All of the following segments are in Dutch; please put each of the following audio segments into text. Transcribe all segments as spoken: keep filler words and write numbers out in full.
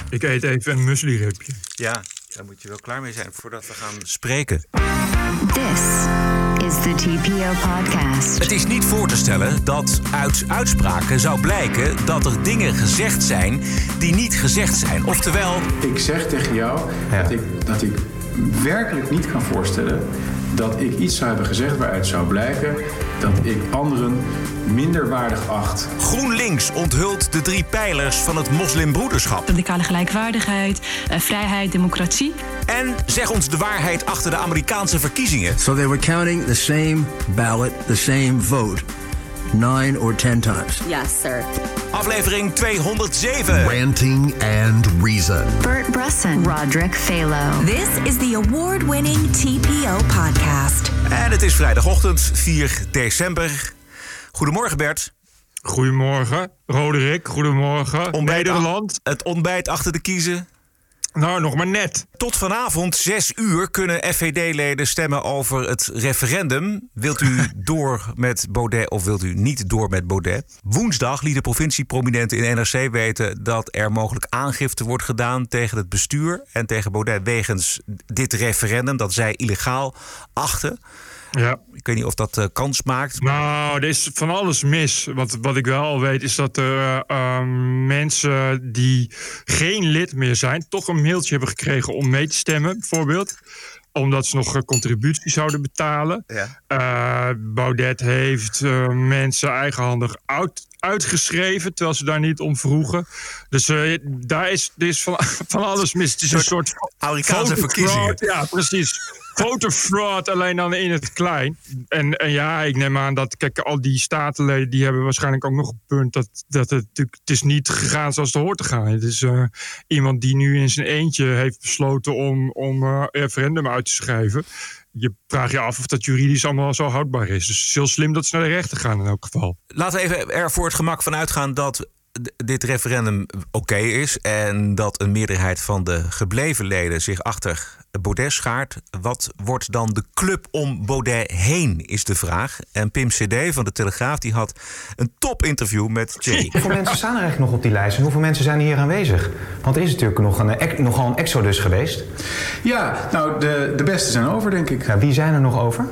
Ik eet even een muesli-ripje. Ja, daar moet je wel klaar mee zijn voordat we gaan spreken. This is the T P O-podcast. Het is niet voor te stellen dat uit uitspraken zou blijken dat er dingen gezegd zijn die niet gezegd zijn. Oftewel... Ik zeg tegen jou ja. dat, ik, dat ik werkelijk niet kan voorstellen dat ik iets zou hebben gezegd waaruit zou blijken dat ik anderen minder waardig acht. GroenLinks onthult de drie pijlers van het moslimbroederschap. Radicale gelijkwaardigheid, uh, vrijheid, democratie. En zeg ons de waarheid achter de Amerikaanse verkiezingen. So they were counting the same ballot, the same vote. Nine or ten times. Yes, sir. Aflevering tweehonderdzeven. Ranting and Reason. Bert Brussen, Roderick Phalo. This is the award-winning T P O-podcast. En het is vrijdagochtend, vier december. Goedemorgen, Bert. Goedemorgen, Roderick. Goedemorgen, Ontbijt Nederland. Het ontbijt achter de kiezen. Nou, nog maar net. Tot vanavond, zes uur, kunnen F V D-leden stemmen over het referendum. Wilt u door met Baudet of wilt u niet door met Baudet? Woensdag lieten provincieprominenten in N R C weten dat er mogelijk aangifte wordt gedaan tegen het bestuur en tegen Baudet wegens dit referendum dat zij illegaal achten. Ja. Ik weet niet of dat uh, kans maakt. Nou, er is van alles mis. Wat, wat ik wel weet is dat er uh, uh, mensen die geen lid meer zijn toch een mailtje hebben gekregen om mee te stemmen, bijvoorbeeld. Omdat ze nog uh, contributie zouden betalen. Ja. Uh, Baudet heeft uh, mensen eigenhandig uit, uitgeschreven, terwijl ze daar niet om vroegen. Dus uh, daar is, er is van, van alles mis. Het is een soort Amerikaanse verkiezingen. Ja, precies. Voterfraud, alleen dan in het klein. En, en ja, ik neem aan dat, kijk, al die statenleden die hebben waarschijnlijk ook nog een punt dat, dat het natuurlijk, het is niet gegaan zoals het hoort te gaan. Het is uh, iemand die nu in zijn eentje heeft besloten om, om uh, referendum uit te schrijven. Je vraagt je af of dat juridisch allemaal zo houdbaar is. Dus het is heel slim dat ze naar de rechter gaan in elk geval. Laten we even er voor het gemak van uitgaan dat dit referendum oké okay is en dat een meerderheid van de gebleven leden zich achter Baudet schaart. Wat wordt dan de club om Baudet heen, is de vraag. En Pim C D van de Telegraaf die had een topinterview met Jenny. Hoeveel mensen staan er eigenlijk nog op die lijst en hoeveel mensen zijn hier aanwezig? Want er is natuurlijk nog een, nogal een exodus geweest. Ja, nou, de, de beste zijn over, denk ik. Ja, wie zijn er nog over?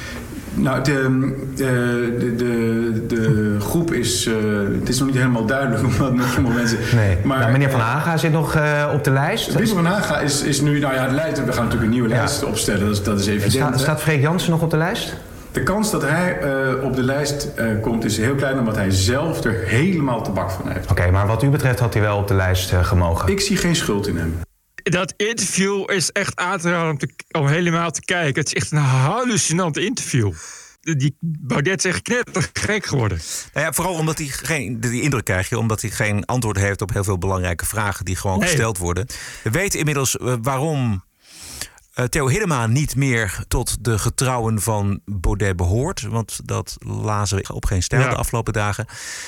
Nou, de, de, de, de groep is... Uh, het is nog niet helemaal duidelijk omdat nog helemaal mensen... Nee, maar nou, meneer Van Haga zit nog uh, op de lijst. Meneer Van Haga is, is nu... Nou ja, de lijst, we gaan natuurlijk een nieuwe ja. lijst opstellen. Dat is, dat is evident. Sta, staat Freek Jansen nog op de lijst? De kans dat hij uh, op de lijst uh, komt is heel klein... omdat hij zelf er helemaal tabak van heeft. Oké, okay, maar wat u betreft had hij wel op de lijst uh, gemogen. Ik zie geen schuld in hem. Dat interview is echt aan te raden om, te, om helemaal te kijken. Het is echt een hallucinant interview. Die Baudet is echt knettergek geworden. Nou ja, vooral omdat hij geen, die indruk krijg je, omdat hij geen antwoord heeft op heel veel belangrijke vragen die gewoon nee. gesteld worden. We weten inmiddels uh, waarom uh, Theo Hiddema niet meer tot de getrouwen van Baudet behoort. Want dat lazen we op geen stijl ja. de afgelopen dagen.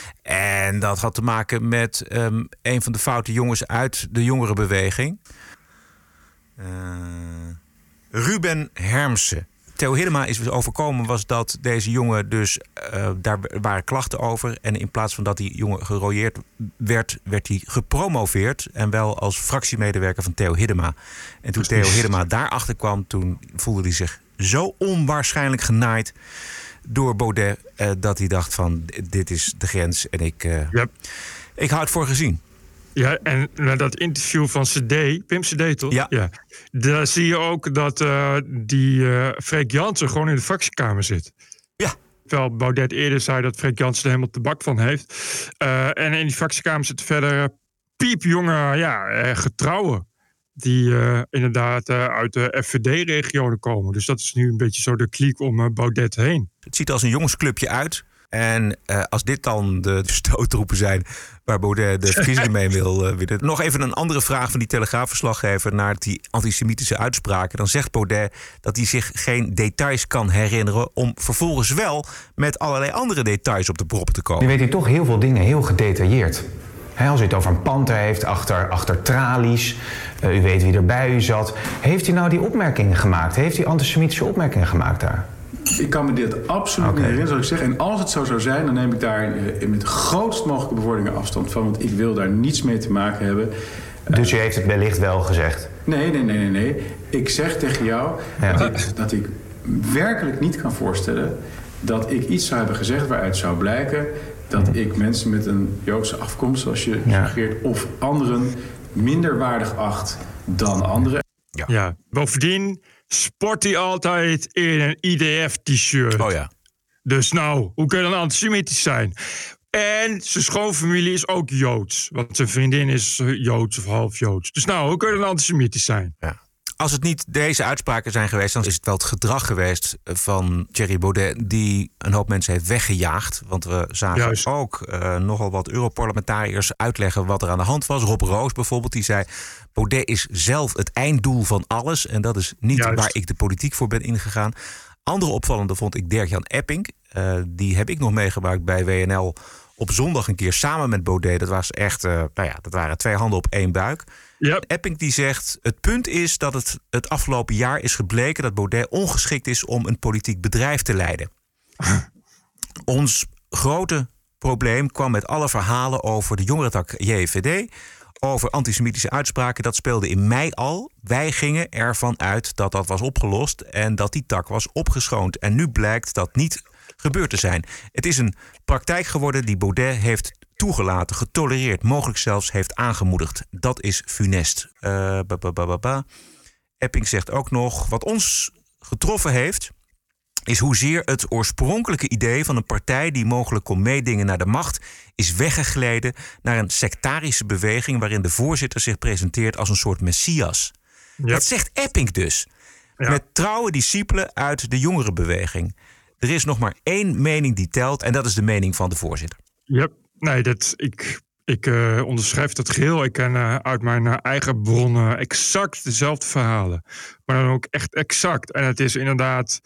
En dat had te maken met um, een van de foute jongens uit de jongerenbeweging. Uh, Ruben Hermsen. Theo Hiddema is overkomen was dat deze jongen dus... Uh, daar waren klachten over. En in plaats van dat die jongen gerooieerd werd... werd hij gepromoveerd. En wel als fractiemedewerker van Theo Hiddema. En toen Theo Hiddema daarachter kwam... toen voelde hij zich zo onwaarschijnlijk genaaid door Baudet... Uh, dat hij dacht van, dit is de grens. En ik, uh, yep. ik hou het voor gezien. Ja, en naar dat interview van C D, Pim C D toch? Ja. ja. Daar zie je ook dat uh, die uh, Freek Jansen gewoon in de fractiekamer zit. Ja. Terwijl Baudet eerder zei dat Freek Jansen er helemaal tabak van heeft. Uh, en in die fractiekamer zitten verder piepjonge ja, getrouwen. Die uh, inderdaad uh, uit de F V D-regionen komen. Dus dat is nu een beetje zo de kliek om uh, Baudet heen. Het ziet er als een jongensclubje uit. En uh, als dit dan de stootroepen zijn waar Baudet de verkiezingen mee wil uh, winnen. Nog even een andere vraag van die Telegraafverslaggever naar die antisemitische uitspraken. Dan zegt Baudet dat hij zich geen details kan herinneren om vervolgens wel met allerlei andere details op de proppen te komen. Nu weet hij toch heel veel dingen heel gedetailleerd. He, als u het over een panter heeft, achter, achter tralies, uh, u weet wie er bij u zat. Heeft u nou die opmerkingen gemaakt? Heeft u antisemitische opmerkingen gemaakt daar? Ik kan me dit absoluut okay. niet herinneren, zoals ik zeg. En als het zo zou zijn, dan neem ik daar uh, met de grootst mogelijke bevorderingen afstand van. Want ik wil daar niets mee te maken hebben. Dus u heeft het wellicht wel gezegd? Nee, nee, nee, nee. nee. Ik zeg tegen jou ja. dat, ik, dat ik werkelijk niet kan voorstellen dat ik iets zou hebben gezegd waaruit zou blijken dat mm. ik mensen met een Joodse afkomst, zoals je ja. suggereert, of anderen minder waardig acht dan anderen. Ja, ja. Bovendien sport hij altijd in een I D F-t-shirt. Oh ja. Dus nou, hoe kun je dan antisemitisch zijn? En zijn schoonfamilie is ook Joods. Want zijn vriendin is Joods of half Joods. Dus nou, hoe kun je dan antisemitisch zijn? Ja. Als het niet deze uitspraken zijn geweest, dan is het wel het gedrag geweest van Thierry Baudet die een hoop mensen heeft weggejaagd. Want we zagen Juist. ook uh, nogal wat Europarlementariërs uitleggen wat er aan de hand was. Rob Roos bijvoorbeeld, die zei: Baudet is zelf het einddoel van alles. En dat is niet Juist. waar ik de politiek voor ben ingegaan. Andere opvallende vond ik Dirk-Jan Epping. Uh, die heb ik nog meegemaakt bij W N L op zondag een keer samen met Baudet. Dat was echt, uh, nou ja, dat waren twee handen op één buik. Yep. Epping die zegt: het punt is dat het het afgelopen jaar is gebleken dat Baudet ongeschikt is om een politiek bedrijf te leiden. Ons grote probleem kwam met alle verhalen over de jongerentak J V D, over antisemitische uitspraken. Dat speelde in mei al. Wij gingen ervan uit dat dat was opgelost en dat die tak was opgeschoond. En nu blijkt dat niet gebeurd te zijn. Het is een praktijk geworden die Baudet heeft toegelaten, getolereerd, mogelijk zelfs heeft aangemoedigd. Dat is funest. Uh, ba, ba, ba, ba, ba. Epping zegt ook nog: wat ons getroffen heeft, is hoezeer het oorspronkelijke idee van een partij die mogelijk kon meedingen naar de macht is weggegleden naar een sectarische beweging waarin de voorzitter zich presenteert als een soort messias. Yep. Dat zegt Epping dus. Ja. Met trouwe discipelen uit de jongerenbeweging. Er is nog maar één mening die telt en dat is de mening van de voorzitter. Yep. Nee, dat, ik, ik uh, onderschrijf dat geheel. Ik ken uh, uit mijn uh, eigen bronnen exact dezelfde verhalen. Maar dan ook echt exact. En het is inderdaad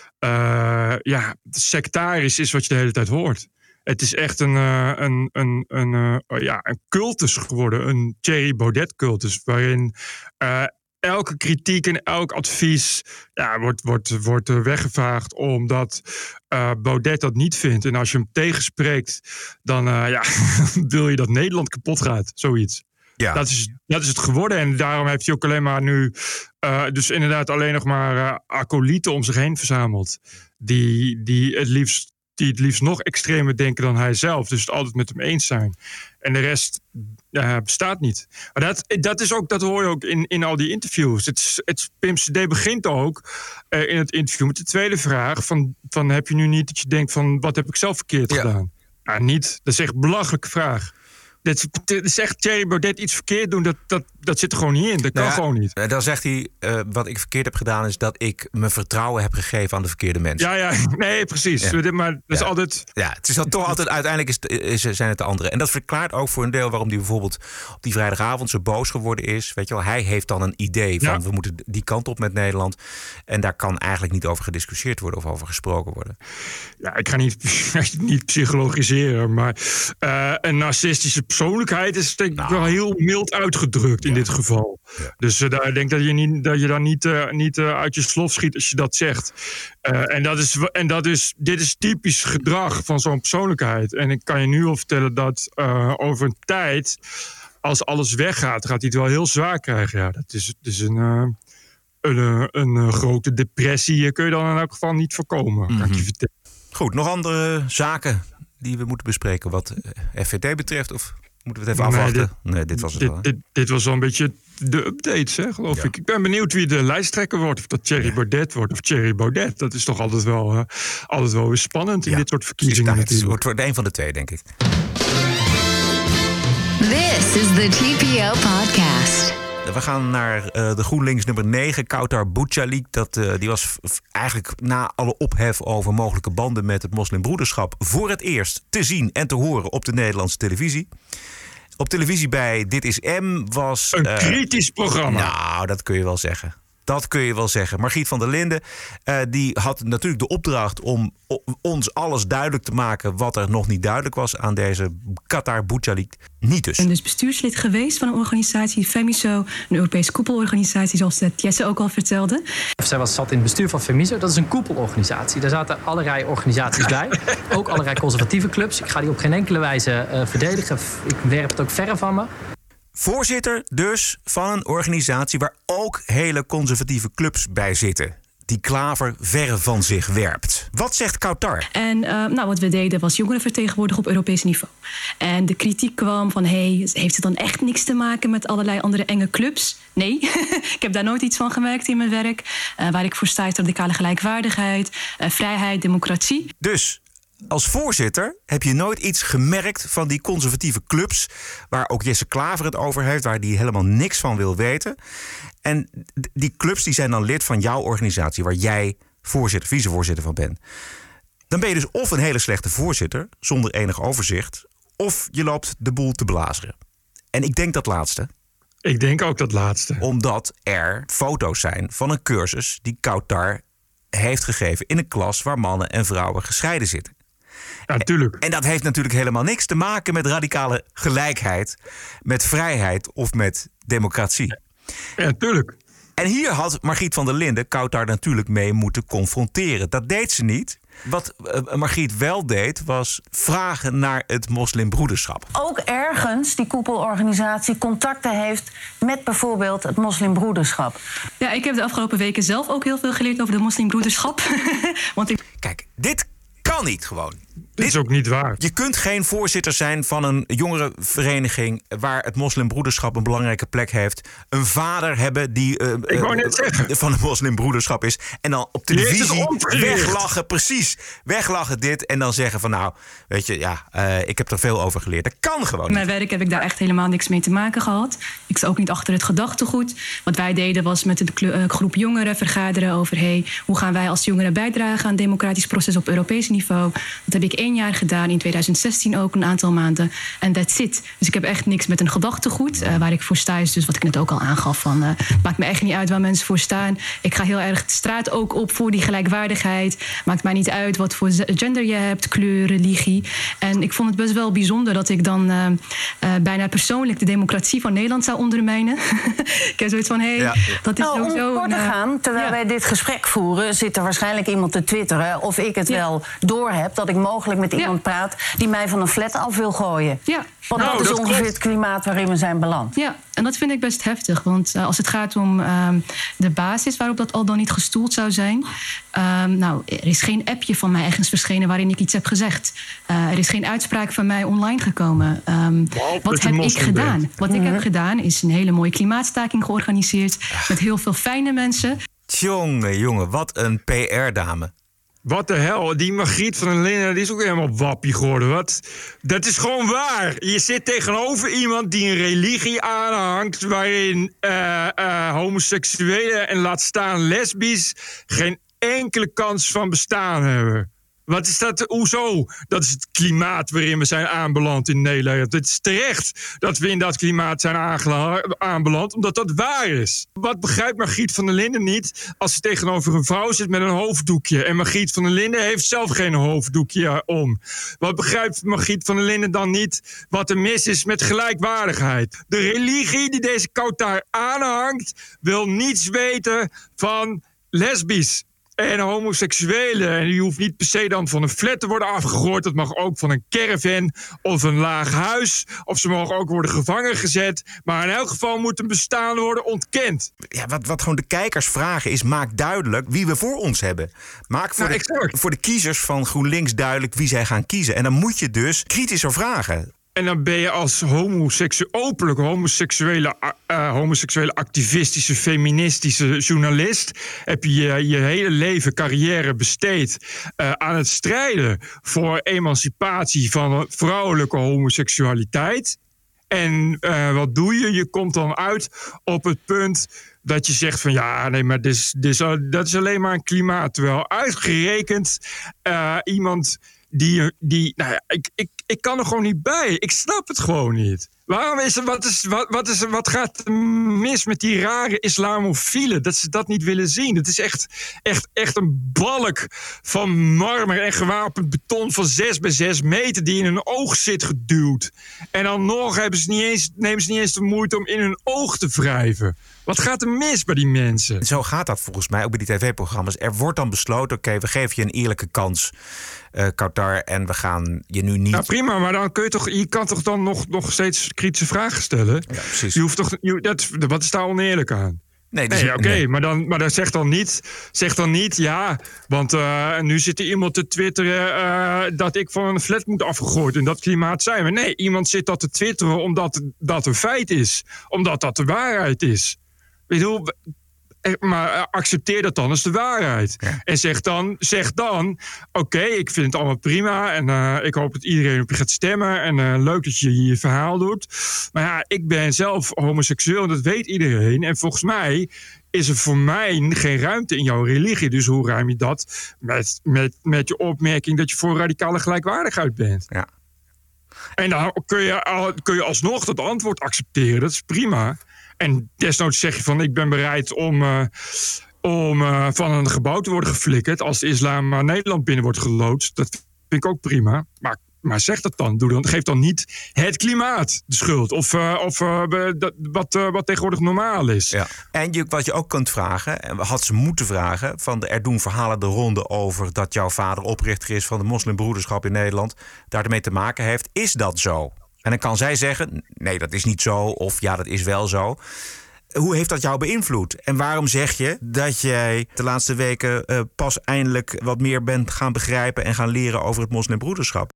Uh, ja, sectarisch is wat je de hele tijd hoort. Het is echt een, uh, een, een, een, uh, ja, een cultus geworden. Een Thierry Baudet cultus. Waarin uh, elke kritiek en elk advies ja, wordt, wordt, wordt weggevaagd. Omdat uh, Baudet dat niet vindt. En als je hem tegenspreekt, dan uh, ja, wil je dat Nederland kapot gaat. Zoiets. Ja. Dat is, dat is het geworden. En daarom heeft hij ook alleen maar nu Uh, dus inderdaad alleen nog maar uh, acolyten om zich heen verzameld. Die, die, het liefst, die het liefst nog extremer denken dan hij zelf. Dus het altijd met hem eens zijn. En de rest uh, bestaat niet. Maar dat, dat, is ook, dat hoor je ook in, in al die interviews. Het, het Pim C D begint ook uh, in het interview met de tweede vraag. Van, van heb je nu niet dat je denkt van wat heb ik zelf verkeerd ja. gedaan? Nou, niet. Dat is echt een belachelijke vraag. Dat zegt Thierry Baudet iets verkeerd doen, dat, dat, dat zit er gewoon niet in. Dat kan ja, gewoon niet. Dan zegt hij, uh, wat ik verkeerd heb gedaan is dat ik mijn vertrouwen heb gegeven aan de verkeerde mensen. Ja, ja, nee, precies. Ja. Maar dat is ja. altijd... Ja, het is dan toch altijd, uiteindelijk is, is, zijn het de anderen. En dat verklaart ook voor een deel waarom hij bijvoorbeeld op die vrijdagavond zo boos geworden is. Weet je wel, hij heeft dan een idee van ja. we moeten die kant op met Nederland. En daar kan eigenlijk niet over gediscussieerd worden of over gesproken worden. Ja, ik ga niet, niet psychologiseren, maar uh, een narcistische persoonlijkheid is denk ik nou. wel heel mild uitgedrukt in ja. dit geval. Ja. Dus uh, daar, ik denk dat je, niet, dat je daar niet, uh, niet uh, uit je slof schiet als je dat zegt. Uh, en dat is, en dat is, dit is typisch gedrag van zo'n persoonlijkheid. En ik kan je nu al vertellen dat uh, over een tijd, als alles weggaat, gaat hij het wel heel zwaar krijgen. Ja, dat is, het is een, uh, een, uh, een uh, grote depressie. Kun je dan in elk geval niet voorkomen, mm-hmm. kan ik je vertellen. Goed, nog andere zaken die we moeten bespreken wat F V D betreft? Of moeten we het even afwachten? Nee, dit, nee, dit was het dit, wel. Dit, dit was wel een beetje de updates, hè, geloof ja. ik. Ik ben benieuwd wie de lijsttrekker wordt. Of dat Thierry ja. Baudet wordt of Thierry Baudet. Dat is toch altijd wel, uh, altijd wel weer spannend in ja. dit soort verkiezingen. Het wordt voor een van de twee, denk ik. This is the T P O Podcast. We gaan naar uh, de GroenLinks nummer negen, Kautar Bouchalik. Dat, uh, die was f- eigenlijk na alle ophef over mogelijke banden met het moslimbroederschap voor het eerst te zien en te horen op de Nederlandse televisie. Op televisie bij Dit is M was... Een uh, kritisch programma. Nou, dat kun je wel zeggen. Dat kun je wel zeggen. Margriet van der Linden uh, die had natuurlijk de opdracht om o- ons alles duidelijk te maken wat er nog niet duidelijk was aan deze Kautar Bouchalik. Niet dus. En dus bestuurslid geweest van een organisatie, Femiso, een Europese koepelorganisatie, zoals Jesse ook al vertelde. Zij was, zat in het bestuur van Femiso, dat is een koepelorganisatie. Daar zaten allerlei organisaties bij, ook allerlei conservatieve clubs. Ik ga die op geen enkele wijze uh, verdedigen. Ik werp het ook verre van me. Voorzitter dus van een organisatie waar ook hele conservatieve clubs bij zitten. Die Klaver verre van zich werpt. Wat zegt Kautar? En uh, nou, wat we deden was jongeren vertegenwoordigen op Europees niveau. En de kritiek kwam van, hey, heeft het dan echt niks te maken met allerlei andere enge clubs? Nee, ik heb daar nooit iets van gemerkt in mijn werk. Uh, waar ik voor sta is radicale gelijkwaardigheid, uh, vrijheid, democratie. Dus als voorzitter heb je nooit iets gemerkt van die conservatieve clubs, waar ook Jesse Klaver het over heeft, waar die helemaal niks van wil weten. En die clubs die zijn dan lid van jouw organisatie, waar jij voorzitter, vicevoorzitter van bent. Dan ben je dus of een hele slechte voorzitter, zonder enig overzicht, of je loopt de boel te blazeren. En ik denk dat laatste. Ik denk ook dat laatste. Omdat er foto's zijn van een cursus die Kautar heeft gegeven in een klas waar mannen en vrouwen gescheiden zitten. Ja, natuurlijk. En dat heeft natuurlijk helemaal niks te maken met radicale gelijkheid, met vrijheid of met democratie. Ja, natuurlijk. En hier had Margriet van der Linden Kautar natuurlijk mee moeten confronteren. Dat deed ze niet. Wat uh, Margriet wel deed, was vragen naar het moslimbroederschap. Ook ergens die koepelorganisatie contacten heeft met bijvoorbeeld het moslimbroederschap. Ja, ik heb de afgelopen weken zelf ook heel veel geleerd over de moslimbroederschap. Want ik... Kijk, dit kan niet gewoon. Dit is ook niet waar. Je kunt geen voorzitter zijn van een jongerenvereniging waar het moslimbroederschap een belangrijke plek heeft. Een vader hebben die uh, Ik wou net zeggen. van het moslimbroederschap is. En dan op televisie weglachen, precies. Weglachen dit en dan zeggen van nou, weet je, ja, uh, ik heb er veel over geleerd. Dat kan gewoon niet. In mijn werk heb ik daar echt helemaal niks mee te maken gehad. Ik sta ook niet achter het gedachtegoed. Wat wij deden was met een groep jongeren vergaderen over hey, hoe gaan wij als jongeren bijdragen aan het democratisch proces op Europees niveau. Dat heb ik één jaar gedaan, in twintig zestien ook een aantal maanden. En that's it. Dus ik heb echt niks met een gedachtegoed. Uh, waar ik voor sta is dus wat ik net ook al aangaf. Van, uh, het maakt me echt niet uit waar mensen voor staan. Ik ga heel erg de straat ook op voor die gelijkwaardigheid. Maakt mij niet uit wat voor gender je hebt, kleur, religie. En ik vond het best wel bijzonder dat ik dan uh, uh, bijna persoonlijk de democratie van Nederland zou ondermijnen. Ik heb zoiets van, hé, hey, ja. dat is nou, sowieso... Om kort te uh, gaan, terwijl ja. wij dit gesprek voeren, zit er waarschijnlijk iemand te twitteren of ik het ja. wel door heb dat ik mogelijk met iemand ja. praat die mij van een flat af wil gooien. Ja. Want nou, dat is dat ongeveer klopt. Het klimaat waarin we zijn beland. Ja, en dat vind ik best heftig. Want uh, als het gaat om uh, de basis waarop dat al dan niet gestoeld zou zijn. Uh, nou, er is geen appje van mij ergens verschenen waarin ik iets heb gezegd. Uh, er is geen uitspraak van mij online gekomen. Um, wow, wat heb ik gedaan? Bent. Wat mm-hmm. ik heb gedaan is een hele mooie klimaatstaking georganiseerd. Met heel veel fijne mensen. Tjonge, jongen, wat een P R-dame. Wat de hel, die Margriet van der Linden die is ook helemaal wappie geworden. Wat? Dat is gewoon waar. Je zit tegenover iemand die een religie aanhangt waarin uh, uh, homoseksuelen en laat staan lesbisch geen enkele kans van bestaan hebben. Wat is dat? Hoezo? Dat is het klimaat waarin we zijn aanbeland in Nederland. Het is terecht dat we in dat klimaat zijn aangela- aanbeland, omdat dat waar is. Wat begrijpt Margriet van der Linden niet als ze tegenover een vrouw zit met een hoofddoekje? En Margriet van der Linden heeft zelf geen hoofddoekje om. Wat begrijpt Margriet van der Linden dan niet wat er mis is met gelijkwaardigheid? De religie die deze Kautar aanhangt wil niets weten van lesbisch. En homoseksuelen. En die hoeft niet per se dan van een flat te worden afgegooid. Dat mag ook van een caravan of een laag huis. Of ze mogen ook worden gevangen gezet. Maar in elk geval moet een bestaan worden ontkend. Ja, wat, wat gewoon de kijkers vragen is, maak duidelijk wie we voor ons hebben. Maak voor, nou, de, voor de kiezers van GroenLinks duidelijk wie zij gaan kiezen. En dan moet je dus kritischer vragen. En dan ben je als homoseksu- openlijk homoseksuele, uh, homoseksuele activistische, feministische journalist, heb je je, je hele leven, carrière besteed uh, aan het strijden voor emancipatie van vrouwelijke homoseksualiteit. En uh, wat doe je? Je komt dan uit op het punt dat je zegt van ja, nee, maar dit is, dit is, dat is alleen maar een klimaat. Terwijl uitgerekend uh, iemand die, die nou ja, ik, ik, ik kan er gewoon niet bij. Ik snap het gewoon niet. Waarom is er, wat, is, wat, wat, is, wat gaat er mis met die rare islamofielen? Dat ze dat niet willen zien. Het is echt, echt, echt een balk van marmer en gewapend beton van zes bij zes meter die in hun oog zit geduwd. En dan nog hebben ze niet eens, nemen ze niet eens de moeite om in hun oog te wrijven. Wat gaat er mis bij die mensen? Zo gaat dat volgens mij ook bij die tv-programma's. Er wordt dan besloten, oké, okay, we geven je een eerlijke kans, uh, Kautar, en we gaan je nu niet... Nou, prima, maar dan kun je toch, je kan toch dan nog, nog steeds kritische vragen stellen? Ja, precies. Je hoeft toch, je, dat, wat is daar oneerlijk aan? Nee, dus, nee oké, okay, nee. maar, dan, maar dan zeg dan niet, zeg dan niet ja, want uh, nu zit er iemand te twitteren uh, dat ik van een flat moet afgegooid. En dat klimaat zijn we. Nee, iemand zit dat te twitteren omdat dat een feit is. Omdat dat de waarheid is. Weet je hoe... Maar accepteer dat dan als de waarheid. Ja. En zeg dan, zeg dan oké, okay, ik vind het allemaal prima. En uh, ik hoop dat iedereen op je gaat stemmen. En uh, leuk dat je je verhaal doet. Maar ja, ik ben zelf homoseksueel en dat weet iedereen. En volgens mij is er voor mij geen ruimte in jouw religie. Dus hoe ruim je dat met, met, met je opmerking dat je voor radicale gelijkwaardigheid bent? Ja. En dan kun je, al, kun je alsnog dat antwoord accepteren. Dat is prima. En desnoods zeg je van ik ben bereid om, uh, om uh, van een gebouw te worden geflikkerd als de islam naar Nederland binnen wordt geloodst. Dat vind ik ook prima. Maar, maar zeg dat dan. Doe dan. Geef dan niet het klimaat de schuld. Of, uh, of uh, dat, wat, uh, wat tegenwoordig normaal is. Ja. En je, wat je ook kunt vragen, en had ze moeten vragen, van de, er doen verhalen de ronde over dat jouw vader oprichter is van de moslimbroederschap in Nederland. Daarmee te maken heeft. Is dat zo? En dan kan zij zeggen, nee, dat is niet zo. Of ja, dat is wel zo. Hoe heeft dat jou beïnvloed? En waarom zeg je dat jij de laatste weken uh, pas eindelijk wat meer bent gaan begrijpen en gaan leren over het moslimbroederschap?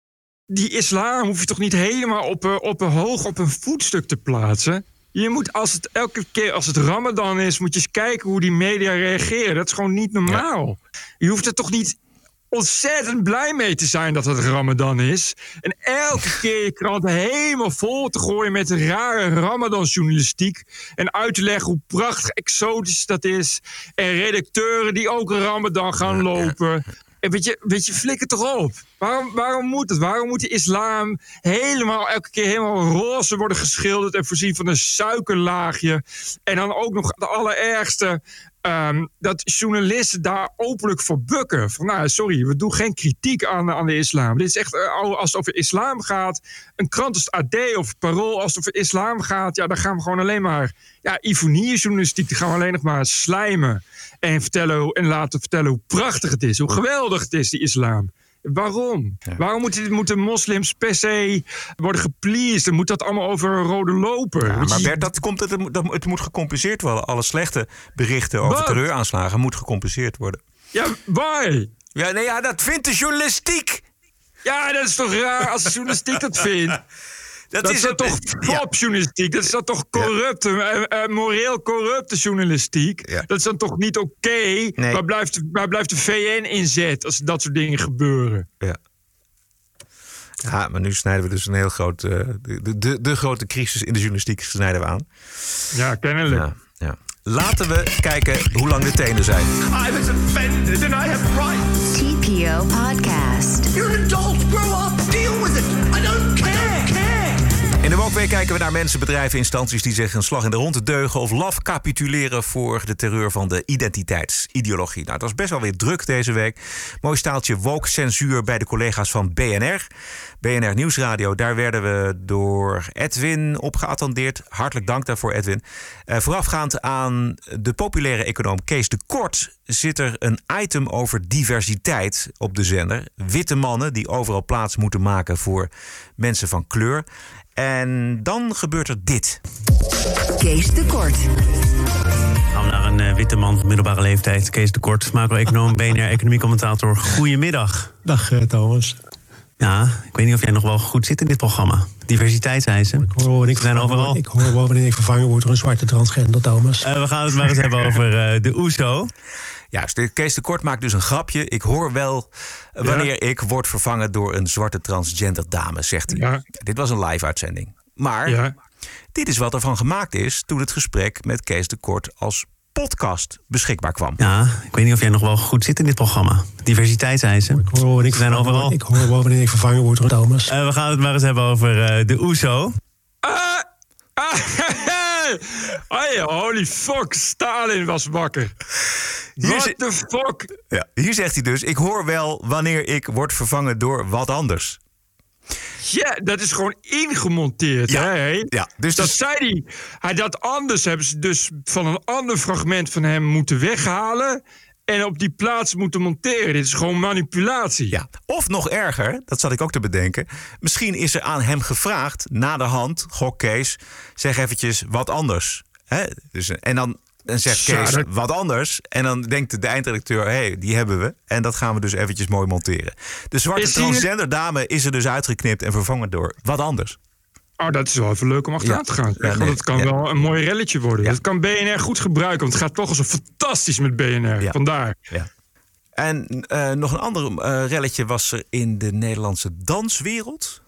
Die islam hoef je toch niet helemaal op, uh, op een hoog op een voetstuk te plaatsen? Je moet, als het elke keer als het Ramadan is, moet je eens kijken hoe die media reageren. Dat is gewoon niet normaal. Ja. Je hoeft er toch niet ontzettend blij mee te zijn dat het Ramadan is. En elke keer je kranten helemaal vol te gooien met een rare Ramadan-journalistiek. En uit te leggen hoe prachtig exotisch dat is. En redacteuren die ook Ramadan gaan lopen. En weet je, weet je, flikker toch op. Waarom, waarom moet het? Waarom moet de islam helemaal elke keer helemaal roze worden geschilderd en voorzien van een suikerlaagje? En dan ook nog de allerergste, um, dat journalisten daar openlijk voor bukken. Van nou, sorry, we doen geen kritiek aan, aan de islam. Dit is echt, uh, als het over islam gaat, een krant als het A D of Parool, als het over islam gaat, ja, dan gaan we gewoon alleen maar, ja, Ivonie-journalistiek, die gaan we alleen nog maar slijmen. En, vertellen, en laten vertellen hoe prachtig het is, hoe geweldig het is, die islam. Waarom? Ja. Waarom moeten, moeten moslims per se worden gepleased? Moet dat allemaal over een rode loper? Ja, maar Bert, dat komt, het, dat, het moet gecompenseerd worden. Alle slechte berichten over Wat? terreuraanslagen moet gecompenseerd worden. Ja, why? Ja, nee, ja, dat vindt de journalistiek. Ja, dat is toch raar als de journalistiek dat vindt? Dat, dat is dan toch popjournalistiek? Dat is dan toch corrupte, ja. uh, uh, moreel corrupte journalistiek? Ja. Dat is dan toch niet oké? Okay? Nee. Waar, blijft, waar blijft de V N in zet als dat soort dingen gebeuren? Ja. Ja, maar nu snijden we dus een heel groot... Uh, de, de, de grote crisis in de journalistiek snijden we aan. Ja, kennelijk. Ja, ja. Laten we kijken hoe lang de tenen zijn. I was offended and I have rights. T P O Podcast. You're an adult. Grow up. Deal with it. I don't care. In de Woke Week kijken we naar mensen, bedrijven, instanties die zich een slag in de ronde deugen of laf capituleren voor de terreur van de identiteitsideologie. Nou, het was best wel weer druk deze week. Mooi staaltje woke-censuur bij de collega's van B N R. B N R Nieuwsradio, daar werden we door Edwin op geattendeerd. Hartelijk dank daarvoor, Edwin. Uh, voorafgaand aan de populaire econoom Kees de Kort zit er een item over diversiteit op de zender. Witte mannen die overal plaats moeten maken voor mensen van kleur. En dan gebeurt er dit. Kees de Kort. Gaan we naar een uh, witte man van middelbare leeftijd. Kees de Kort, macro-econoom, B N R, economiecommentator. Goedemiddag. Dag uh, Thomas. Ja, ik weet niet of jij nog wel goed zit in dit programma. Diversiteitseisen. Ik hoor wanneer ik, zijn overal. Ik hoor wanneer ik vervangen word door een zwarte transgender, Thomas. Uh, we gaan het maar eens hebben over uh, de O E S O. Juist, Kees de Kort maakt dus een grapje. Ik hoor wel wanneer ja. ik word vervangen door een zwarte transgender dame, zegt hij. Ja. Dit was een live-uitzending. Maar ja. dit is wat er van gemaakt is toen het gesprek met Kees de Kort als podcast beschikbaar kwam. Ja, ik weet niet of jij nog wel goed zit in dit programma. Diversiteitseisen. Ik hoor wanneer ik, zijn overal. Ik hoor wel wanneer ik vervangen word door Thomas. Uh, we gaan het maar eens hebben over uh, de O E S O. Uh, uh, hey, holy fuck, Stalin was wakker. What the fuck? Ja, hier zegt hij dus, ik hoor wel wanneer ik word vervangen door wat anders. Ja, dat is gewoon ingemonteerd. Ja, hè? ja, dus dat dus... zei hij. hij. Dat anders hebben ze dus van een ander fragment van hem moeten weghalen. en op die plaats moeten monteren. Dit is gewoon manipulatie. Ja. Of nog erger, dat zat ik ook te bedenken. Misschien is er aan hem gevraagd, na de hand, gok Kees, zeg eventjes wat anders. Hè? Dus, en dan, dan zegt Kees Ja, dat... wat anders. En dan denkt de eindredacteur, hé, hey, die hebben we. En dat gaan we dus eventjes mooi monteren. De zwarte Is die- transgender dame is er dus uitgeknipt en vervangen door wat anders. Oh, dat is wel even leuk om achteraan Ja. te gaan. Ja, Echt, nee, dat kan ja. wel een mooi relletje worden. Ja. Dat kan B N R goed gebruiken, want het gaat toch al zo fantastisch met B N R. Ja. Vandaar. Ja. En uh, nog een ander uh, relletje was er in de Nederlandse danswereld.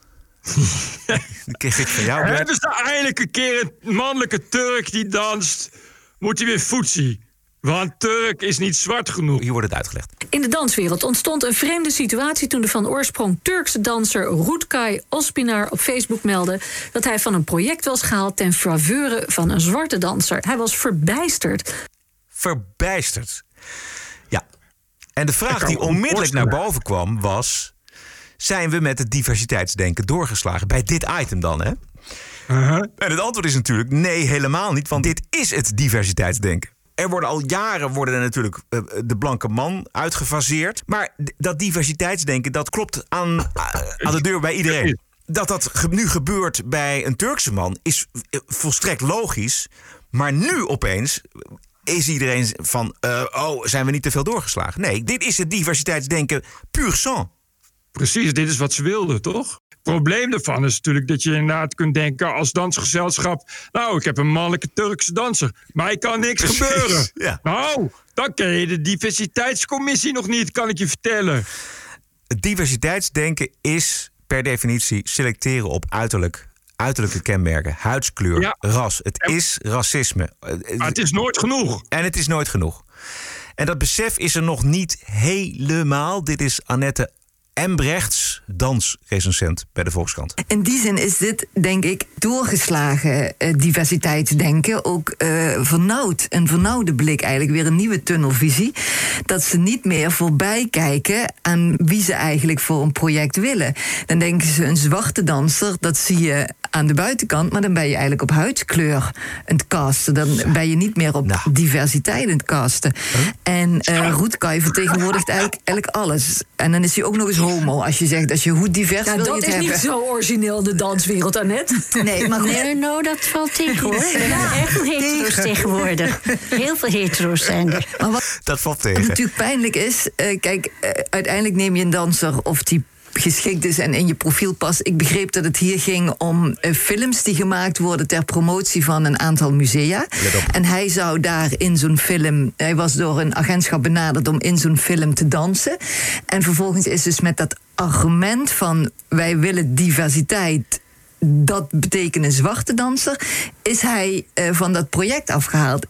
Die kreeg ik van jou, Bert. Hebben ze eindelijk een keer een mannelijke Turk die danst? Moet hij weer foetsie? Want Turk is niet zwart genoeg. Hier wordt het uitgelegd. In de danswereld ontstond een vreemde situatie toen de van oorsprong Turkse danser Rutkay Ospinar op Facebook meldde dat hij van een project was gehaald ten faveur van een zwarte danser. Hij was verbijsterd. Verbijsterd. Ja. En de vraag die onmiddellijk naar boven kwam was: zijn we met het diversiteitsdenken doorgeslagen? Bij dit item dan, hè? Uh-huh. En het antwoord is natuurlijk nee, helemaal niet. Want dit is het diversiteitsdenken. Er worden al jaren worden er natuurlijk uh, de blanke man uitgefaseerd. Maar d- dat diversiteitsdenken, dat klopt aan, uh, aan de deur bij iedereen. Dat dat ge- nu gebeurt bij een Turkse man is uh, volstrekt logisch. Maar nu opeens is iedereen van, uh, oh, zijn we niet te veel doorgeslagen? Nee, dit is het diversiteitsdenken pur sang. Precies, dit is wat ze wilden, toch? Het probleem daarvan is natuurlijk dat je inderdaad kunt denken als dansgezelschap: nou, ik heb een mannelijke Turkse danser, maar ik kan niks Precies, gebeuren. ja. Nou, dan ken je de diversiteitscommissie nog niet, kan ik je vertellen. Het diversiteitsdenken is per definitie selecteren op uiterlijk, uiterlijke kenmerken, huidskleur, Ja. ras. Het is racisme. Maar het is nooit genoeg. En het is nooit genoeg. En dat besef is er nog niet helemaal. Dit is Annette Embrechts, dansrecensent bij de Volkskrant. In die zin is dit, denk ik, doorgeslagen uh, diversiteitsdenken ook uh, vernauwd. Een vernauwde blik eigenlijk, weer een nieuwe tunnelvisie. Dat ze niet meer voorbij kijken aan wie ze eigenlijk voor een project willen. Dan denken ze een zwarte danser, dat zie je aan de buitenkant, maar dan ben je eigenlijk op huidskleur aan het casten. Dan ben je niet meer op nou. diversiteit aan het casten. Huh? En uh, Rutkay vertegenwoordigt eigenlijk, eigenlijk alles. En dan is hij ook nog eens homo. Als je zegt, als je hoe divers ja, wil je het het hebben. Dat is niet zo origineel, de danswereld, Annette. Nee, maar goed. Nee, nou, dat valt tegen, hoor. Er zijn ja, echt veel hetero's tegen. tegenwoordig. Heel veel hetero's zijn er. Maar wat dat valt tegen. Wat natuurlijk pijnlijk is, uh, kijk, uh, uiteindelijk neem je een danser of die geschikt is en in je profiel past. Ik begreep dat het hier ging om uh, films die gemaakt worden ter promotie van een aantal musea. En hij zou daar in zo'n film, hij was door een agentschap benaderd om in zo'n film te dansen. En vervolgens is dus met dat argument van wij willen diversiteit, dat betekent een zwarte danser, is hij uh, van dat project afgehaald.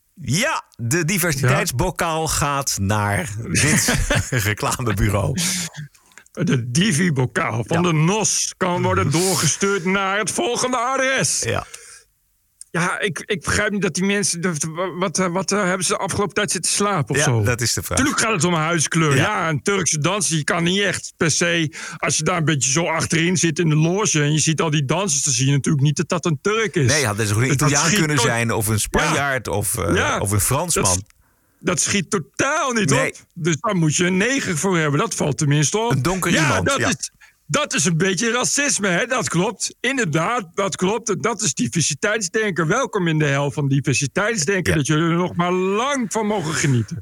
Ja, de diversiteitsbokaal gaat naar dit reclamebureau. De Divi-bokaal van ja. de N O S kan worden doorgestuurd naar het volgende adres. Ja. Ja, ik, ik begrijp niet dat die mensen... Wat, wat, wat uh, hebben ze de afgelopen tijd zitten slapen of ja, zo? Dat is de vraag. Tuurlijk gaat het om huidskleur. Ja. ja, een Turkse danser, je kan niet echt per se... Als je daar een beetje zo achterin zit in de loge en je ziet al die dansers, dan zie je natuurlijk niet dat dat een Turk is. Nee, had dus een Italiaan kunnen tot... zijn of een Spanjaard ja. of, uh, ja. of een Fransman. Dat, dat schiet totaal niet nee. op. Dus daar moet je een neger voor hebben. Dat valt tenminste op. Een donker ja, iemand. Dat ja, is, dat is een beetje racisme, hè? Dat klopt. Inderdaad, dat klopt. Dat is diversiteitsdenken. Welkom in de hel van diversiteitsdenken. Ja. Dat jullie er nog maar lang van mogen genieten.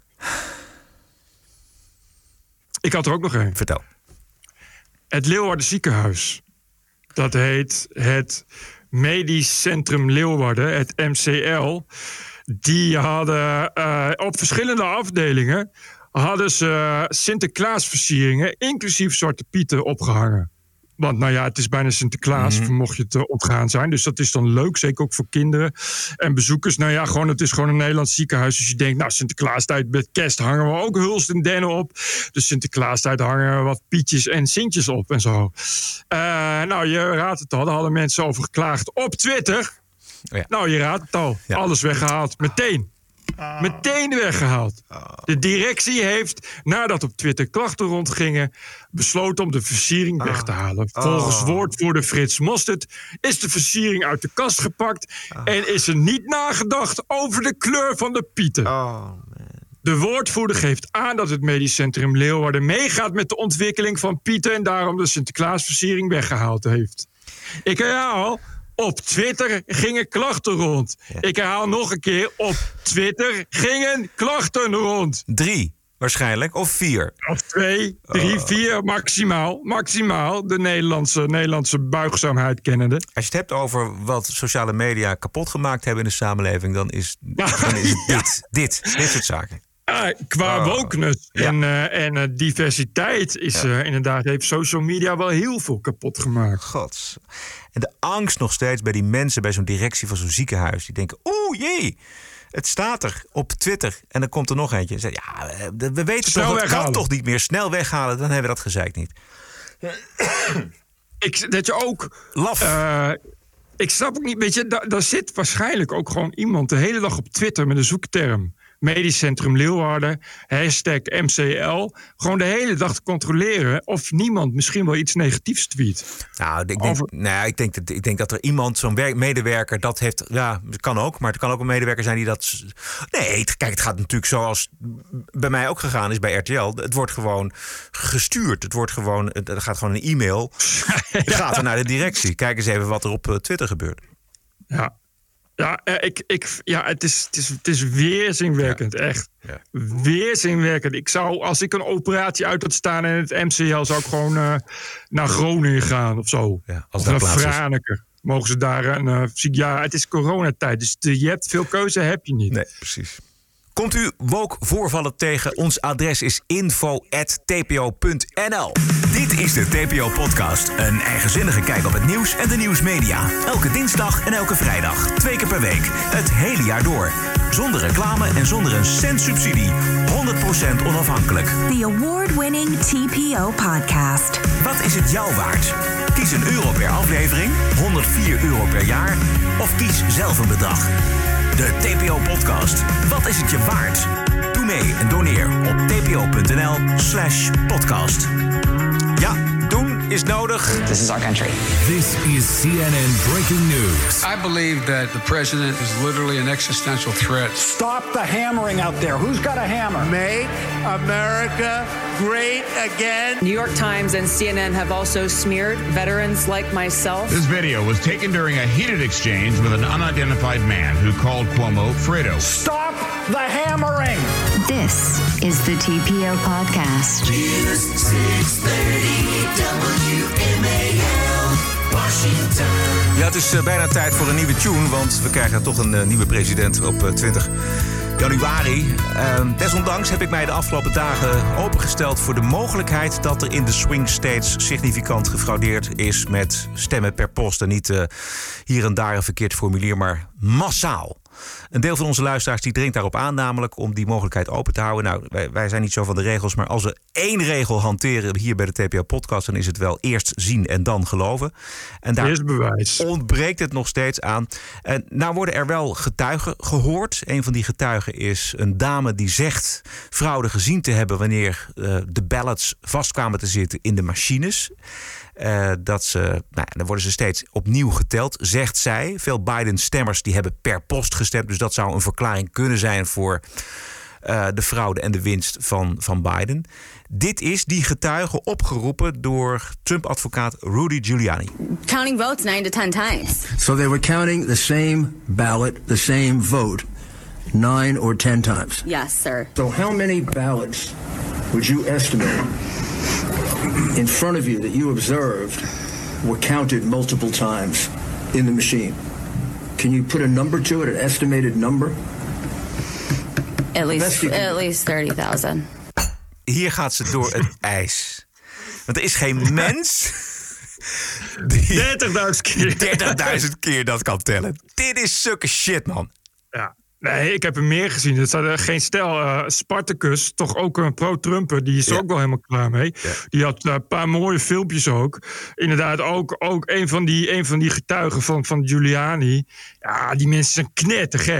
Ik had er ook nog een. Vertel. Het Leeuwarden ziekenhuis. Dat heet het Medisch Centrum Leeuwarden, het M C L. Die hadden uh, op verschillende afdelingen hadden ze Sinterklaasversieringen, inclusief Zwarte Pieten, opgehangen. Want nou ja, het is bijna Sinterklaas, mm-hmm. mocht je het uh, ontgaan zijn. Dus dat is dan leuk, zeker ook voor kinderen en bezoekers. Nou ja, gewoon, het is gewoon een Nederlands ziekenhuis. Dus je denkt, nou, Sinterklaastijd met kerst hangen we ook hulst en dennen op. Dus Sinterklaastijd hangen we wat pietjes en sintjes op en zo. Uh, nou, je raadt het al, daar hadden mensen over geklaagd op Twitter. Ja. Nou, je raadt het al. Ja. Alles weggehaald. Meteen. Oh. Meteen weggehaald. Oh. De directie heeft, nadat op Twitter klachten rondgingen, besloten om de versiering oh. weg te halen. Volgens oh. woordvoerder Frits Mostert is de versiering uit de kast gepakt oh. en is er niet nagedacht over de kleur van de pieten. Oh, De woordvoerder geeft aan dat het medisch centrum Leeuwarden meegaat met de ontwikkeling van Pieten en daarom de Sinterklaasversiering weggehaald heeft. Ik herhaal, op Twitter gingen klachten rond. Ja. Ik herhaal nog een keer, op Twitter gingen klachten rond. Drie. Waarschijnlijk, of vier. Of twee, drie, uh. vier, maximaal. Maximaal, de Nederlandse, Nederlandse buigzaamheid kennende. Als je het hebt over wat sociale media kapot gemaakt hebben in de samenleving, dan is, dan is het ja. dit, dit, dit soort zaken. Ah, qua oh. wokeness ja. en, uh, en uh, diversiteit is ja. uh, inderdaad, heeft social media wel heel veel kapot gemaakt. God. En de angst nog steeds bij die mensen bij zo'n directie van zo'n ziekenhuis. Die denken, oeh jee. Het staat er op Twitter en dan komt er nog eentje en zegt, ja, we weten Snel toch, het weghalen. kan toch niet meer. Snel weghalen, dan hebben we dat gezeik niet. Ik, dat je ook... Laf. Uh, ik snap ook niet, weet je, daar, daar zit waarschijnlijk ook gewoon iemand de hele dag op Twitter met een zoekterm. Medisch Centrum Leeuwarden, hashtag M C L. Gewoon de hele dag te controleren of niemand misschien wel iets negatiefs tweet. Nou, ik denk, Over... nou, ik denk, dat, ik denk dat er iemand, zo'n werk, medewerker, dat heeft... Ja, het kan ook, maar het kan ook een medewerker zijn die dat... Nee, kijk, het gaat natuurlijk zoals bij mij ook gegaan is bij R T L. Het wordt gewoon gestuurd. Het wordt gewoon, er gaat gewoon een e-mail. ja. Gaat er naar de directie. Kijk eens even wat er op Twitter gebeurt. Ja. Ja, ik, ik, ja het, is, het, is, het is weerzinwekkend, ja. echt. Ja. Weerzinwekkend. Ik zou, als ik een operatie uit had staan in het M C L... zou ik gewoon uh, naar Groningen gaan of zo. Ja, als of naar Franeker. Mogen ze daar een... Uh, ja, het is coronatijd, dus de, je hebt veel keuze, heb je niet. Nee, precies. Komt u woke voorvallen tegen? Ons adres is info at t p o punt n l. Dit is de T P O-podcast. Een eigenzinnige kijk op het nieuws en de nieuwsmedia. Elke dinsdag en elke vrijdag. Twee keer per week. Het hele jaar door. Zonder reclame en zonder een cent subsidie. honderd procent onafhankelijk. The award-winning T P O-podcast. Wat is het jou waard? Kies een euro per aflevering, honderdvier euro per jaar... of kies zelf een bedrag. De T P O-podcast. Wat is het je waard? Doe mee en doneer op t p o punt n l slash podcast. Ja, doen is nodig. This is our country. This is C N N breaking news. I believe that the president is literally an existential threat. Stop the hammering out there. Who's got a hammer? Make America great again. New York Times and C N N have also smeared veterans like myself. This video was taken during a heated exchange with an unidentified man who called Cuomo Fredo. Stop the hammering! This is the T P O podcast. News six thirty W M A L Washington. Ja, het is uh, bijna tijd voor een nieuwe tune, want we krijgen toch een uh, nieuwe president op uh, twintig januari. Uh, desondanks heb ik mij de afgelopen dagen opengesteld voor de mogelijkheid dat er in de swing states significant gefraudeerd is met stemmen per post. En niet uh, hier en daar een verkeerd formulier, maar massaal. Een deel van onze luisteraars die dringt daarop aan, namelijk om die mogelijkheid open te houden. Nou, wij, wij zijn niet zo van de regels, maar als we één regel hanteren hier bij de T P O-podcast, dan is het wel eerst zien en dan geloven. En daar Eerst bewijs. ontbreekt het nog steeds aan. En nou worden er wel getuigen gehoord. Een van die getuigen is een dame die zegt fraude gezien te hebben wanneer uh, de ballots vastkwamen te zitten in de machines. Uh, dat ze, nou ja, dan worden ze steeds opnieuw geteld, zegt zij. Veel Biden-stemmers die hebben per post gestemd. Dus dat zou een verklaring kunnen zijn voor uh, de fraude en de winst van, van Biden. Dit is die getuige opgeroepen door Trump-advocaat Rudy Giuliani. Counting votes nine to ten times. So they were counting the same ballot, the same vote, nine or ten times? Yes, sir. So how many ballots would you estimate in front of you that you observed were counted multiple times in the machine? Can you put a number to it, an estimated number? At least, at least thirty thousand. Hier gaat ze door het ijs. Want er is geen mens die dertigduizend keer. dertigduizend keer dat kan tellen. Dit is zulke shit, man. Ja. Nee, ik heb er meer gezien. Er staat geen stel. Uh, Spartacus, toch ook een pro-Trumper, die is ja. er ook wel helemaal klaar mee. Ja. Die had een uh, paar mooie filmpjes ook. Inderdaad, ook, ook een, van die, een van die getuigen van, van Giuliani. Ja, die mensen zijn knettergek.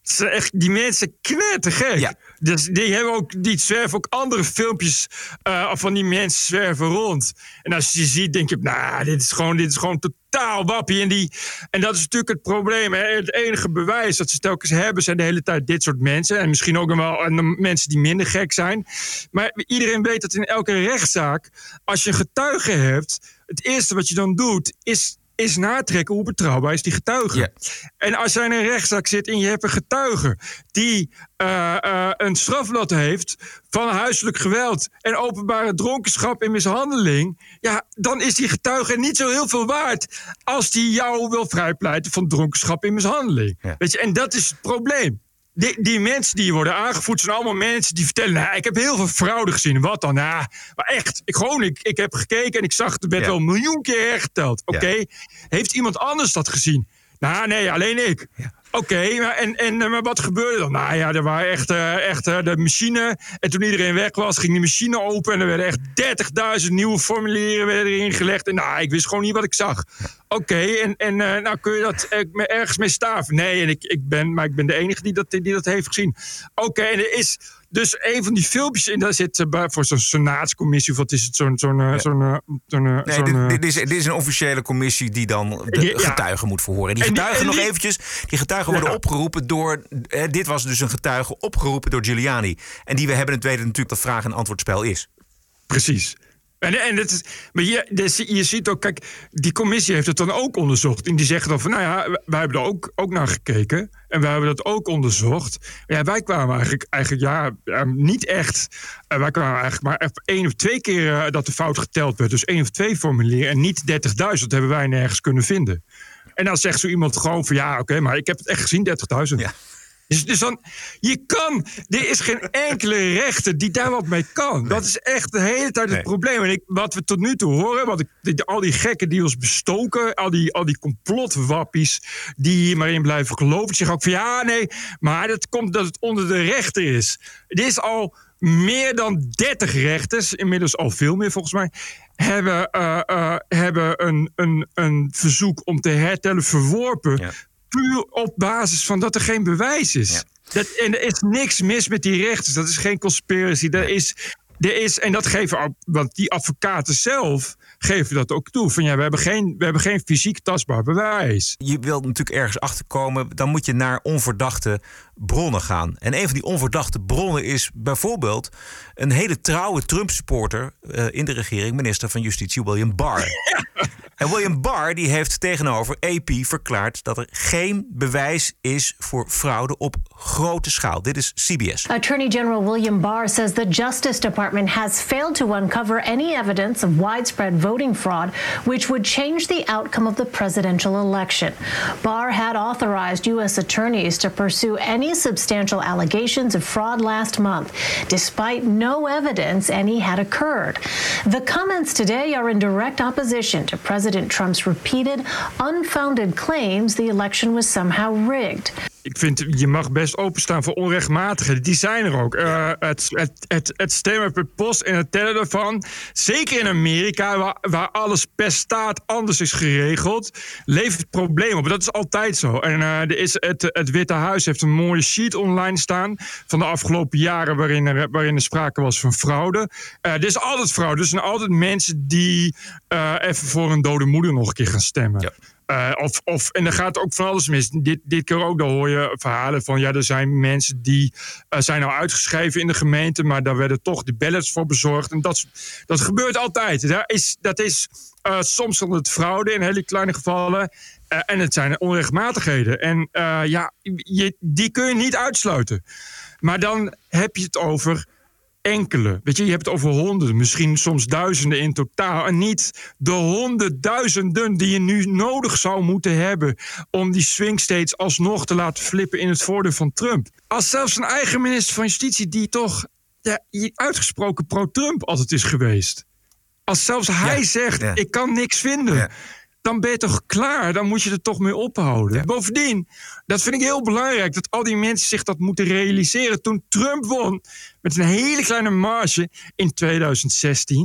zijn echt die mensen knettergek. Ja. Dus die, hebben ook, die zwerven ook andere filmpjes uh, van die mensen zwerven rond. En als je ziet, denk je, nou, dit is gewoon, dit is gewoon totaal wappie. En, die, en dat is natuurlijk het probleem. Hè? Het enige bewijs dat ze telkens hebben zijn de hele tijd dit soort mensen. En misschien ook nog wel en mensen die minder gek zijn. Maar iedereen weet dat in elke rechtszaak, als je een getuige hebt, het eerste wat je dan doet is... is natrekken hoe betrouwbaar is die getuige. Ja. En als jij in een rechtszaak zit en je hebt een getuige die uh, uh, een strafblad heeft van huiselijk geweld en openbare dronkenschap en mishandeling, ja, dan is die getuige niet zo heel veel waard als die jou wil vrijpleiten van dronkenschap en mishandeling. Ja. Weet je, en dat is het probleem. Die, die mensen die worden aangevoerd zijn allemaal mensen die vertellen, nou, ik heb heel veel fraude gezien. Wat dan? Nou, maar echt, ik, gewoon, ik, ik heb gekeken en ik zag, er werd ja. wel een miljoen keer hergeteld. Oké, okay. ja. Heeft iemand anders dat gezien? Nou, nee, alleen ik. Ja. Oké, okay, maar, en, en maar wat gebeurde dan? Nou ja, er waren echt, uh, echt uh, de machine. En toen iedereen weg was, ging die machine open. En er werden echt dertigduizend nieuwe formulieren werden erin gelegd. En nou, ik wist gewoon niet wat ik zag. Oké, okay, en, en uh, nou kun je dat uh, ergens mee staven? Nee, en ik, ik ben, maar ik ben de enige die dat, die dat heeft gezien. Oké, okay, en er is dus een van die filmpjes, en daar zit uh, voor zo'n senaatscommissie, of wat is het, zo'n... zo'n, uh, ja. zo'n, uh, zo'n uh, nee, zo'n, dit, uh, dit, is, dit is een officiële commissie die dan de ja. getuigen moet verhoren. Die getuigen, die, nog die, eventjes, die getuigen worden ja. opgeroepen door, eh, dit was dus een getuige opgeroepen door Giuliani. En die we hebben het weten natuurlijk dat vraag- en antwoordspel is. Precies. En, en dat is, maar je, dus je ziet ook, kijk, die commissie heeft het dan ook onderzocht. En die zeggen dan van, nou ja, wij hebben er ook, ook naar gekeken. En wij hebben dat ook onderzocht. Ja, wij kwamen eigenlijk, eigenlijk ja, niet echt. Uh, wij kwamen eigenlijk maar één of twee keer uh, dat de fout geteld werd. Dus één of twee formulieren en niet dertigduizend hebben wij nergens kunnen vinden. En dan zegt zo iemand gewoon van, ja, oké, okay, maar ik heb het echt gezien, dertigduizend. Ja. Dus, dus dan, je kan, er is geen enkele rechter die daar wat mee kan. Nee. Dat is echt de hele tijd het nee. probleem. En ik, wat we tot nu toe horen, wat ik, die, al die gekken die ons bestoken, al die, al die complotwappies die hier maar in blijven geloven, zeggen ook van ja, nee, maar dat komt dat het onder de rechter is. Er is al meer dan dertig rechters, inmiddels al veel meer volgens mij, hebben, uh, uh, hebben een, een, een verzoek om te hertellen verworpen. Ja. Puur op basis van dat er geen bewijs is. Ja. Dat, en er is niks mis met die rechters. Dat is geen conspiracy. Er is, er is, en dat geven, want die advocaten zelf geven dat ook toe. Van ja, we hebben geen, we hebben geen fysiek tastbaar bewijs. Je wilt natuurlijk ergens achterkomen, dan moet je naar onverdachte bronnen gaan. En een van die onverdachte bronnen is bijvoorbeeld een hele trouwe Trump-supporter uh, in de regering, minister van Justitie William Barr. Ja. En William Barr die heeft tegenover A P verklaard dat er geen bewijs is voor fraude op grote schaal. Dit is C B S. Attorney General William Barr says the Justice Department has failed to uncover any evidence of widespread voting fraud, which would change the outcome of the presidential election. Barr had authorized U S attorneys to pursue any substantial allegations of fraud last month, despite no evidence any had occurred. The comments today are in direct opposition to President Trump's repeated, unfounded claims the election was somehow rigged. Ik vind, je mag best openstaan voor onrechtmatigheden. Die zijn er ook. Uh, het, het, het, het stemmen per post en het tellen daarvan. Zeker in Amerika, waar, waar alles per staat anders is geregeld, levert problemen op. Dat is altijd zo. En uh, er is het, het Witte Huis heeft een mooie sheet online staan van de afgelopen jaren waarin er, waarin er sprake was van fraude. Uh, er is altijd fraude. Er zijn altijd mensen die uh, even voor een dode moeder nog een keer gaan stemmen. Ja. Uh, of, of, en er gaat ook van alles mis. Dit, dit keer ook, dan hoor je verhalen van ja, er zijn mensen die uh, zijn nou uitgeschreven in de gemeente, maar daar werden toch de ballots voor bezorgd. En dat, dat gebeurt altijd. Dat is, dat is uh, soms dan het fraude in hele kleine gevallen. Uh, en het zijn onrechtmatigheden. En uh, ja, je, die kun je niet uitsluiten. Maar dan heb je het over enkele. Weet je, je hebt het over honderden, misschien soms duizenden in totaal. En niet de honderdduizenden die je nu nodig zou moeten hebben om die swing states alsnog te laten flippen in het voordeel van Trump. Als zelfs een eigen minister van Justitie, die toch ja, uitgesproken pro-Trump altijd is geweest. Als zelfs hij ja, zegt, ja. ik kan niks vinden. Ja. Dan ben je toch klaar, dan moet je er toch mee ophouden. Ja. Bovendien, dat vind ik heel belangrijk, dat al die mensen zich dat moeten realiseren. Toen Trump won met een hele kleine marge in tweeduizend zestien,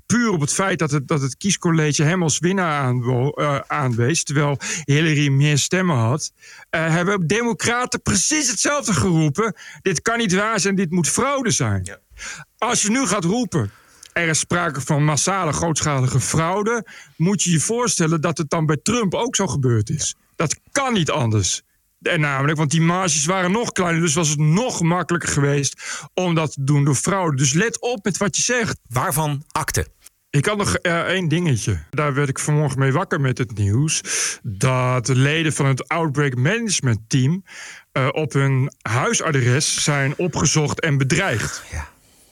puur op het feit dat het, dat het kiescollege hem als winnaar aanwo, uh, aanwees, terwijl Hillary meer stemmen had, uh, hebben democraten precies hetzelfde geroepen. Dit kan niet waar zijn, dit moet fraude zijn. Ja. Als je nu gaat roepen, er is sprake van massale grootschalige fraude, moet je je voorstellen dat het dan bij Trump ook zo gebeurd is. Ja. Dat kan niet anders. En namelijk, want die marges waren nog kleiner, dus was het nog makkelijker geweest om dat te doen door fraude. Dus let op met wat je zegt. Waarvan akte? Ik had nog uh, één dingetje. Daar werd ik vanmorgen mee wakker met het nieuws. Dat de leden van het Outbreak Management Team uh, op hun huisadres zijn opgezocht en bedreigd. Ja.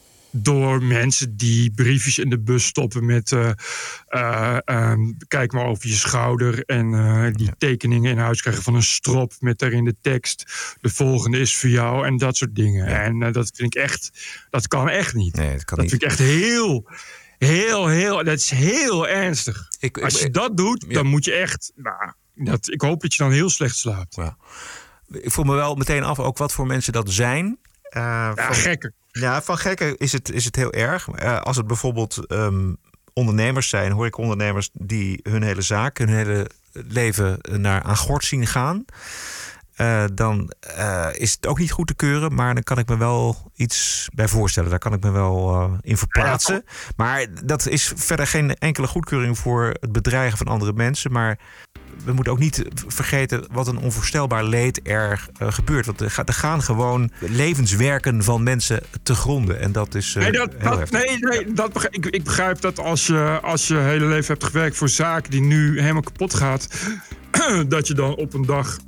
Door mensen die briefjes in de bus stoppen met Uh, uh, um, kijk maar over je schouder. En uh, die tekeningen in huis krijgen van een strop met daarin de tekst. De volgende is voor jou en dat soort dingen. Ja. En uh, dat vind ik echt, dat kan echt niet. Nee, dat kan dat niet. vind ik echt heel, heel, heel, dat is heel ernstig. Ik, ik, Als je dat doet, ja. dan moet je echt, nou, dat, ik hoop dat je dan heel slecht slaapt. Ja. Ik voel me wel meteen af ook wat voor mensen dat zijn. Uh, ja, van, gekken. Ja, van gekken is het, is het heel erg. Uh, als het bijvoorbeeld um, ondernemers zijn, hoor ik ondernemers die hun hele zaak, hun hele leven naar aan gort zien gaan. Uh, dan uh, is het ook niet goed te keuren, maar dan kan ik me wel iets bij voorstellen. Daar kan ik me wel uh, in verplaatsen. Maar dat is verder geen enkele goedkeuring voor het bedreigen van andere mensen. Maar we moeten ook niet vergeten wat een onvoorstelbaar leed er uh, gebeurt. Want er, er gaan gewoon levenswerken van mensen te gronden. En dat is uh, nee, dat, heel dat, nee, nee, dat begrijp, ik, ik begrijp dat als je, als je hele leven hebt gewerkt voor zaken die nu helemaal kapot gaat, dat je dan op een dag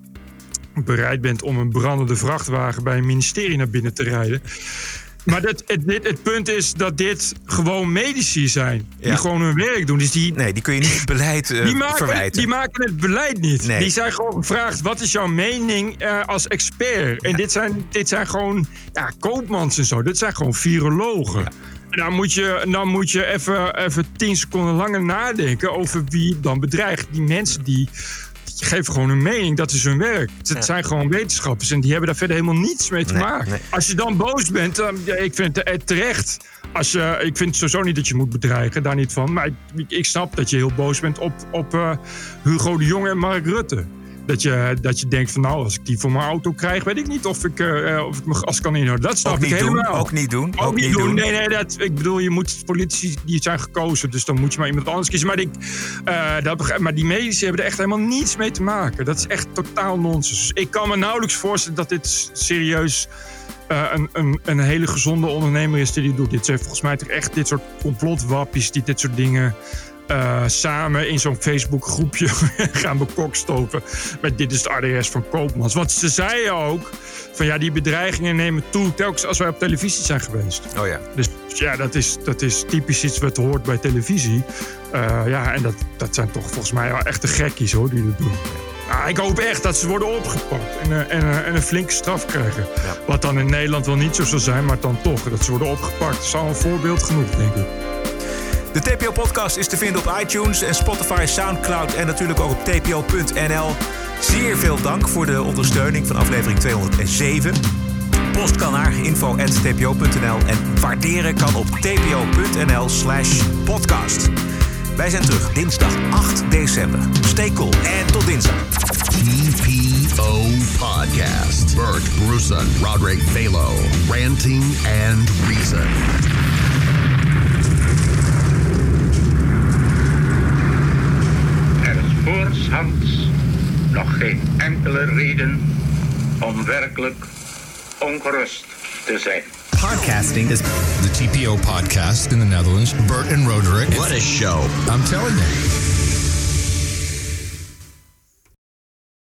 bereid bent om een brandende vrachtwagen bij een ministerie naar binnen te rijden. Maar dat, het, het, het punt is dat dit gewoon medici zijn. Die ja. gewoon hun werk doen. Dus die, nee, die kun je niet het beleid uh, die maken, verwijten. Die maken het beleid niet. Nee. Die zijn gewoon gevraagd, wat is jouw mening uh, als expert? En ja. dit, zijn, dit zijn gewoon ja, Koopmans en zo. Dit zijn gewoon virologen. Ja. En dan moet je, dan moet je even, even tien seconden langer nadenken over wie dan bedreigt. Die mensen die geven gewoon een mening, dat is hun werk. Het ja. zijn gewoon wetenschappers en die hebben daar verder helemaal niets mee te nee, maken. Nee. Als je dan boos bent, dan, ja, ik vind het terecht. Als je, ik vind sowieso niet dat je moet bedreigen, daar niet van. Maar ik, ik snap dat je heel boos bent op, op uh, Hugo de Jonge en Mark Rutte. Dat je, dat je denkt van nou, als ik die voor mijn auto krijg, weet ik niet of ik, uh, of ik me gas kan inhouden. Dat snap ook ik helemaal. Doen, ook niet doen. Ook, ook niet niet doen. doen. Nee, nee, dat, ik bedoel, je moet politici die zijn gekozen, dus dan moet je maar iemand anders kiezen. Maar, ik, uh, dat, maar die medici hebben er echt helemaal niets mee te maken. Dat is echt totaal nonsens. Dus ik kan me nauwelijks voorstellen dat dit serieus Uh, een, een, een hele gezonde ondernemer is die dit doet. Dit zijn volgens mij toch echt dit soort complotwappies die dit soort dingen Uh, samen in zo'n Facebook groepje gaan bekokstopen met dit is het adres van Koopmans. Want ze zeiden ook van ja, die bedreigingen nemen toe telkens als wij op televisie zijn geweest. Oh ja. Dus ja, dat is, dat is typisch iets wat hoort bij televisie. Uh, ja, en dat, dat zijn toch volgens mij wel echte gekkies hoor, die dat doen. Nou, ik hoop echt dat ze worden opgepakt en, uh, en, uh, en een flinke straf krijgen. Ja. Wat dan in Nederland wel niet zo zal zijn, maar dan toch. Dat ze worden opgepakt, dat is al een voorbeeld genoeg, denk ik. De T P O-podcast is te vinden op iTunes en Spotify, Soundcloud en natuurlijk ook op t p o punt n l. Zeer veel dank voor de ondersteuning van aflevering tweehonderdzeven. Post kan naar info at t p o punt n l en waarderen kan op t p o punt n l slash podcast. Wij zijn terug dinsdag acht december. Stay cool en tot dinsdag. T P O Podcast. Bert Brussen, Roderick Balo, Ranting and Reason. Voorshands nog geen enkele reden om werkelijk ongerust te zijn. Podcasting is the T P O podcast in the Netherlands. Bert and Roderick. What a show. I'm telling you.